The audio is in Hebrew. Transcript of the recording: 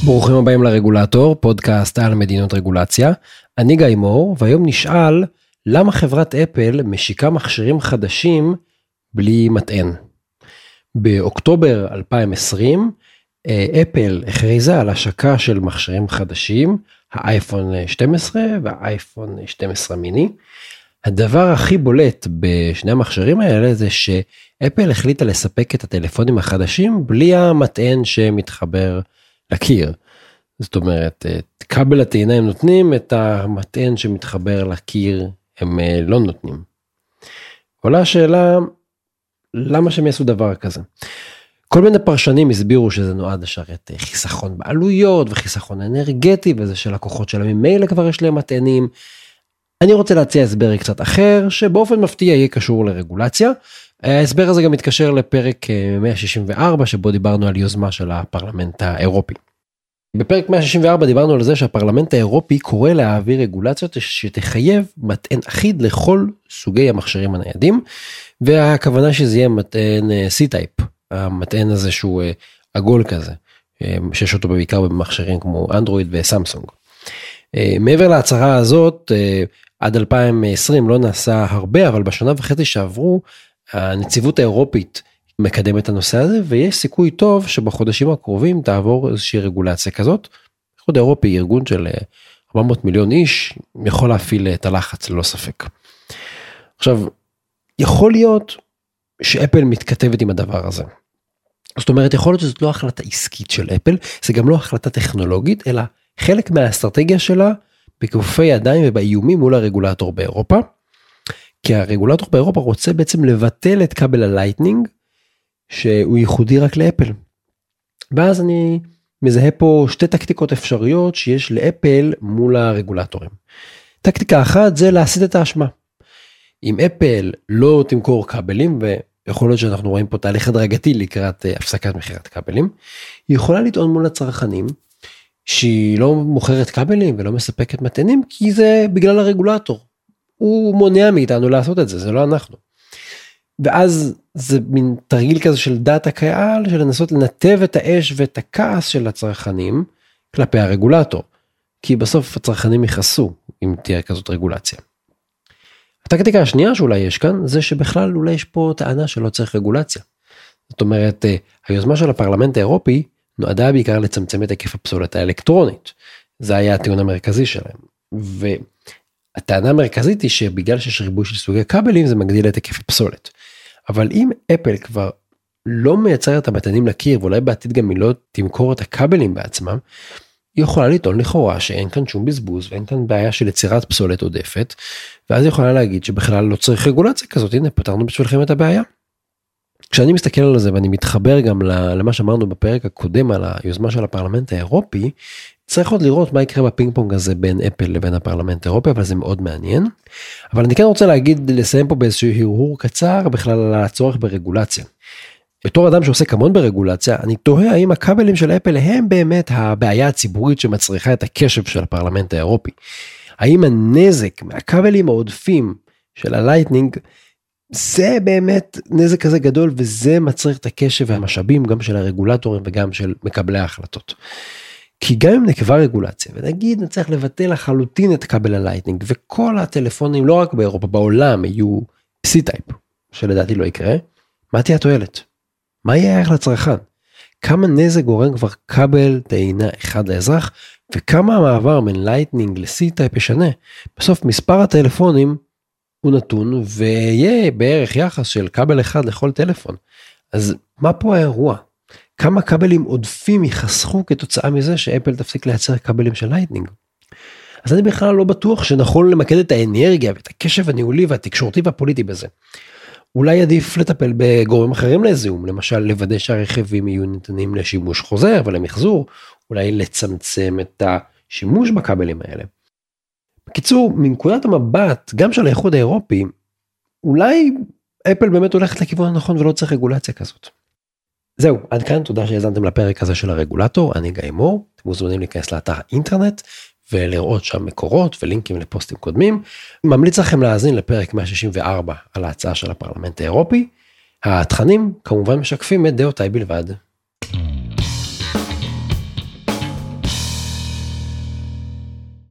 ברוכים הבאים לרגולטור, פודקאסט על מדינות רגולציה. אני גיא מור, והיום נשאל למה חברת אפל משיקה מכשירים חדשים בלי מטען. באוקטובר 2020, אפל הכריזה על השקה של מכשירים חדשים, האייפון 12 והאייפון 12 מיני. הדבר הכי בולט בשני המכשירים האלה זה שאפל החליטה לספק את הטלפונים החדשים בלי המטען שמתחבר לקיר. זאת אומרת, כבל הטעינה הם נותנים, את המטען שמתחבר לקיר הם לא נותנים. עולה השאלה, למה שהם יעשו דבר כזה? כל מיני פרשנים הסבירו שזה נועד לשרת חיסכון בעלויות וחיסכון אנרגטי, וזה שלקוחות שלהם ממילא כבר יש להם מטענים. אני רוצה להציע הסבר קצת אחר, שבאופן מפתיע יהיה קשור לרגולציה. ההסבר הזה גם מתקשר לפרק 164, שבו דיברנו על יוזמה של הפרלמנט האירופי. בפרק 164 דיברנו על זה שהפרלמנט האירופי קורא להעביר רגולציות שתחייב מטען אחיד לכל סוגי המכשירים הניידים, והכוונה שזה יהיה מטען C-Type, המטען הזה שהוא עגול כזה, שיש אותו בעיקר במכשירים כמו אנדרואיד וסמסונג. מעבר להצהרה הזאת, עד 2020 לא נעשה הרבה, אבל בשנה וחצי שעברו, הנציבות האירופית מקדם את הנושא הזה, ויש סיכוי טוב שבחודשים הקרובים תעבור איזושהי רגולציה כזאת. האיחוד האירופי, ארגון של 400 מיליון איש, יכול להפעיל את הלחץ ללא ספק. עכשיו, יכול להיות שאפל מתכתבת עם הדבר הזה. זאת אומרת, יכול להיות שזאת לא החלטה עסקית של אפל, זה גם לא החלטה טכנולוגית, אלא חלק מהאסטרטגיה שלה בכפופי ידיים ובאיומים מול הרגולטור באירופה, כי הרגולטור באירופה רוצה בעצם לבטל את כבל הלייטנינג, שהוא ייחודי רק לאפל. ואז אני מזהה פה שתי טקטיקות אפשריות שיש לאפל מול הרגולטורים. טקטיקה אחת זה להסיט את האשמה. אם אפל לא תמכור כבלים, ויכול להיות שאנחנו רואים פה תהליך הדרגתי לקראת הפסקת מחירת כבלים, היא יכולה לטעון מול הצרכנים, שהיא לא מוכרת כבלים ולא מספקת מטענים, כי זה בגלל הרגולטור. הוא מונע מאיתנו לעשות את זה, זה לא אנחנו. ואז זה מין תרגיל כזה של דעת הקהל, של לנסות לנתב את האש ואת הכעס של הצרכנים כלפי הרגולטור. כי בסוף הצרכנים יחסו אם תהיה כזאת רגולציה. הטקטיקה השנייה שאולי יש כאן, זה שבכלל אולי יש פה טענה שלא צריך רגולציה. זאת אומרת, היוזמה של הפרלמנט האירופי, נועדה בעיקר לצמצם את היקף הפסולת האלקטרונית. זה היה הטיעון המרכזי שלהם. והטענה המרכזית היא שבגלל שיש ריבוי של סוגי כבלים, זה מגדיל את היקף הפסולת. אבל אם אפל כבר לא מייצר את המטענים לקיר, ואולי בעתיד גם היא לא תמכור את הכבלים בעצמם, היא יכולה לטעון לכאורה שאין כאן שום בזבוז, ואין כאן בעיה של יצירת פסולת עודפת, ואז היא יכולה להגיד שבכלל לא צריך רגולציה כזאת, הנה פתרנו בשבילכם את הבעיה. כשאני מסתכל על זה ואני מתחבר גם למה שאמרנו בפרק הקודם על היוזמה של הפרלמנט האירופי, צריך עוד לראות מה יקרה בפינג פונג הזה בין אפל לבין הפרלמנט האירופי, אבל זה מאוד מעניין. אבל אני כן רוצה לסיים פה באיזשהו הרהור קצר בכלל על הצורך ברגולציה. בתור אדם שעושה כמון ברגולציה, אני תוהה האם הכבלים של אפל הם באמת הבעיה הציבורית שמצריכה את הקשב של הפרלמנט האירופי. האם הנזק מהכבלים העודפים של הלייטנינג, זה באמת נזק כזה גדול, וזה מצריך את הקשב והמשאבים גם של הרגולטורים וגם של מקבלי ההחלטות. כי גם אם נקבע רגולציה, ונגיד נצטרך לבטל לחלוטין את כבל הלייטנינג, וכל הטלפונים, לא רק באירופה, בעולם, יהיו C-Type, שלדעתי לא יקרה, מה תהיה התועלת? מה יהיה הערך לצרכן? כמה נזק גורם כבר כבל טעינה אחד לאזרח, וכמה המעבר מן לייטנינג ל-C-Type ישנה? בסוף מספר הטלפונים הוא נתון, ויהיה בערך יחס של כבל אחד לכל טלפון. אז מה פה האירוע? כמה כבלים עודפים יחסכו כתוצאה מזה שאפל תפסיק לייצר כבלים של לייטנינג? אז אני בכלל לא בטוח שנכון למקד את האנרגיה ואת הקשב הניהולי והתקשורתי והפוליטי בזה. אולי עדיף לטפל בגורמים אחרים לזיהום, למשל לוודא שהרכיבים יהיו ניתנים לשימוש חוזר ולמחזור, אולי לצמצם את השימוש בכבלים האלה. בקיצור, מנקודת המבט, גם של האיחוד האירופי, אולי אפל באמת הולכת לכיוון הנכון ולא צריך רגולציה כזאת. זהו, עד כאן, תודה שהזנתם לפרק הזה של הרגולטור, אני גיא מור, אתם מוזמנים להיכנס לאתר האינטרנט, ולראות שם מקורות ולינקים לפוסטים קודמים. ממליץ לכם להאזין לפרק 164 על ההצעה של הפרלמנט האירופי. התכנים כמובן משקפים את דעותיי בלבד.